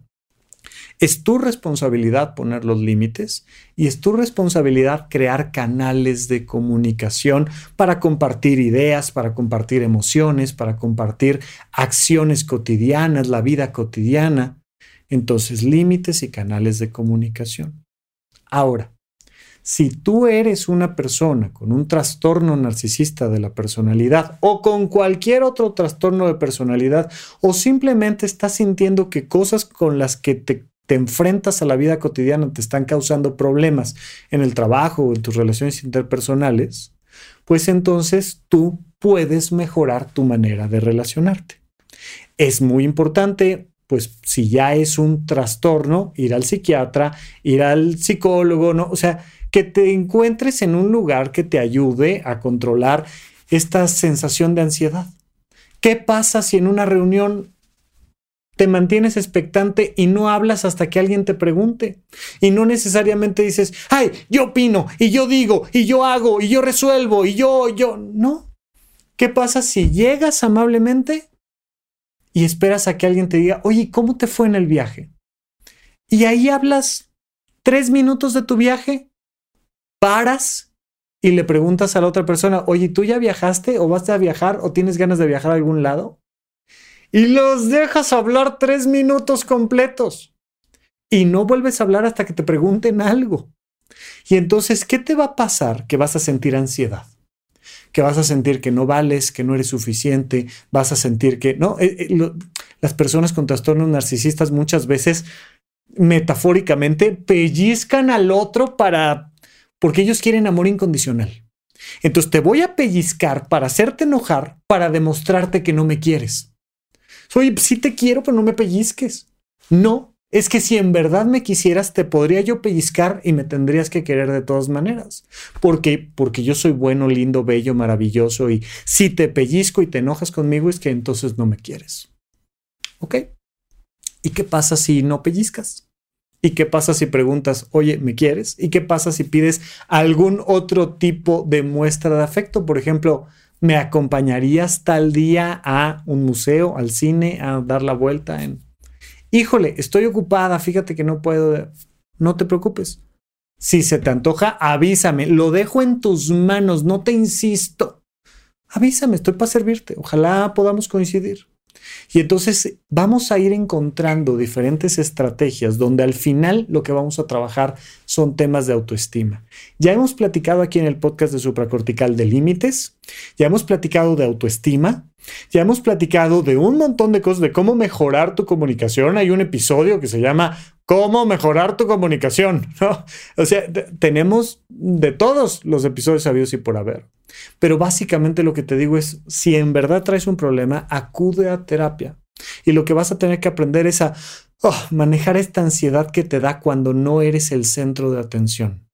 Es tu responsabilidad poner los límites y es tu responsabilidad crear canales de comunicación para compartir ideas, para compartir emociones, para compartir acciones cotidianas, la vida cotidiana. Entonces, límites y canales de comunicación. Ahora, si tú eres una persona con un trastorno narcisista de la personalidad o con cualquier otro trastorno de personalidad o simplemente estás sintiendo que cosas con las que te enfrentas a la vida cotidiana te están causando problemas en el trabajo o en tus relaciones interpersonales, pues entonces tú puedes mejorar tu manera de relacionarte. Es muy importante, pues si ya es un trastorno, ir al psiquiatra, ir al psicólogo, ¿no? O sea, que te encuentres en un lugar que te ayude a controlar esta sensación de ansiedad. ¿Qué pasa si en una reunión te mantienes expectante y no hablas hasta que alguien te pregunte? Y no necesariamente dices, ¡ay, yo opino, y yo digo, y yo hago, y yo resuelvo, y yo! No. ¿Qué pasa si llegas amablemente y esperas a que alguien te diga, oye, ¿cómo te fue en el viaje? Y ahí hablas 3 minutos de tu viaje, paras y le preguntas a la otra persona, oye, ¿tú ya viajaste o vas a viajar o tienes ganas de viajar a algún lado? Y los dejas hablar 3 minutos completos y no vuelves a hablar hasta que te pregunten algo. Y entonces, ¿qué te va a pasar? Que vas a sentir ansiedad, que vas a sentir que no vales, que no eres suficiente, vas a sentir que no. Las personas con trastornos narcisistas muchas veces metafóricamente pellizcan al otro porque ellos quieren amor incondicional. Entonces te voy a pellizcar para hacerte enojar, para demostrarte que no me quieres. Oye, sí te quiero, pero no me pellizques. No, es que si en verdad me quisieras, te podría yo pellizcar y me tendrías que querer de todas maneras. Porque yo soy bueno, lindo, bello, maravilloso, y si te pellizco y te enojas conmigo es que entonces no me quieres. ¿Ok? ¿Y qué pasa si no pellizcas? ¿Y qué pasa si preguntas, oye, ¿me quieres? ¿Y qué pasa si pides algún otro tipo de muestra de afecto? Por ejemplo, ¿me acompañarías tal día a un museo, al cine, a dar la vuelta? Híjole, estoy ocupada, fíjate que no puedo. No te preocupes. Si se te antoja, avísame. Lo dejo en tus manos, no te insisto. Avísame, estoy para servirte. Ojalá podamos coincidir. Y entonces vamos a ir encontrando diferentes estrategias donde al final lo que vamos a trabajar son temas de autoestima. Ya hemos platicado aquí en el podcast de Supracortical de límites, ya hemos platicado de autoestima, ya hemos platicado de un montón de cosas de cómo mejorar tu comunicación. Hay un episodio que se llama ¿Cómo mejorar tu comunicación? ¿No? O sea, tenemos de todos los episodios habidos y por haber. Pero básicamente lo que te digo es, si en verdad traes un problema, acude a terapia. Y lo que vas a tener que aprender es a manejar esta ansiedad que te da cuando no eres el centro de atención.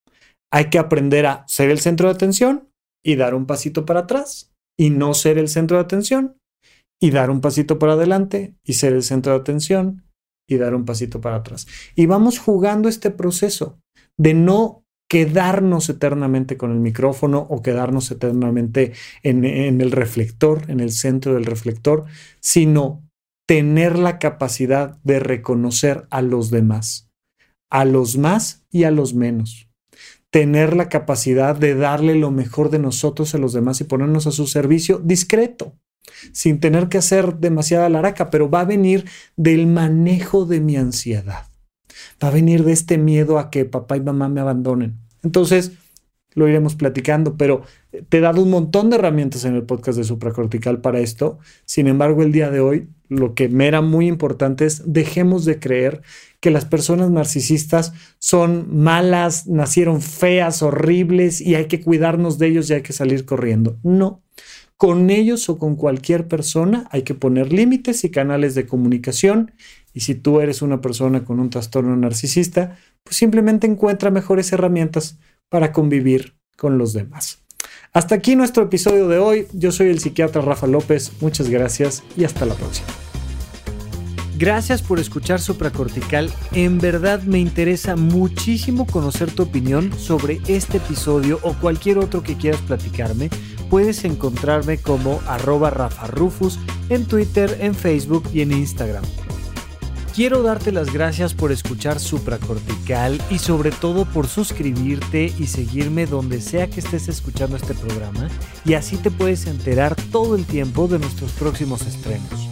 Hay que aprender a ser el centro de atención y dar un pasito para atrás, y no ser el centro de atención y dar un pasito para adelante y ser el centro de atención y dar un pasito para atrás. Y vamos jugando este proceso de no quedarnos eternamente con el micrófono o quedarnos eternamente en el reflector, en el centro del reflector, sino tener la capacidad de reconocer a los demás, a los más y a los menos. Tener la capacidad de darle lo mejor de nosotros a los demás y ponernos a su servicio discreto, sin tener que hacer demasiada laraca, pero va a venir del manejo de mi ansiedad. Va a venir de este miedo a que papá y mamá me abandonen. Entonces, lo iremos platicando, pero te he dado un montón de herramientas en el podcast de supracortical para esto. Sin embargo, el día de hoy, lo que me era muy importante es dejemos de creer que las personas narcisistas son malas, nacieron feas, horribles y hay que cuidarnos de ellos y hay que salir corriendo. No. Con ellos o con cualquier persona hay que poner límites y canales de comunicación. Y si tú eres una persona con un trastorno narcisista, pues simplemente encuentra mejores herramientas para convivir con los demás. Hasta aquí nuestro episodio de hoy. Yo soy el psiquiatra Rafa López. Muchas gracias y hasta la próxima. Gracias por escuchar Supracortical. En verdad me interesa muchísimo conocer tu opinión sobre este episodio o cualquier otro que quieras platicarme. Puedes encontrarme como @RafaRufus en Twitter, en Facebook y en Instagram. Quiero darte las gracias por escuchar Supracortical y sobre todo por suscribirte y seguirme donde sea que estés escuchando este programa y así te puedes enterar todo el tiempo de nuestros próximos estrenos.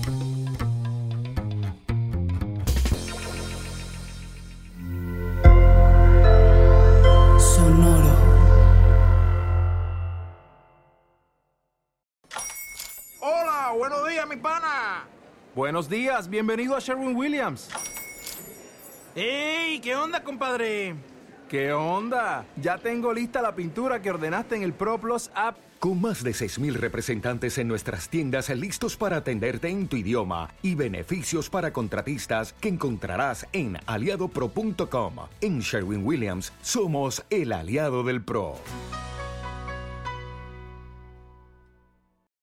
Buenos días, mi pana. Buenos días, bienvenido a Sherwin-Williams. ¡Ey! ¿Qué onda, compadre? ¿Qué onda? Ya tengo lista la pintura que ordenaste en el ProPlus app. Con más de 6,000 representantes en nuestras tiendas listos para atenderte en tu idioma y beneficios para contratistas que encontrarás en aliadopro.com. En Sherwin-Williams somos el aliado del pro.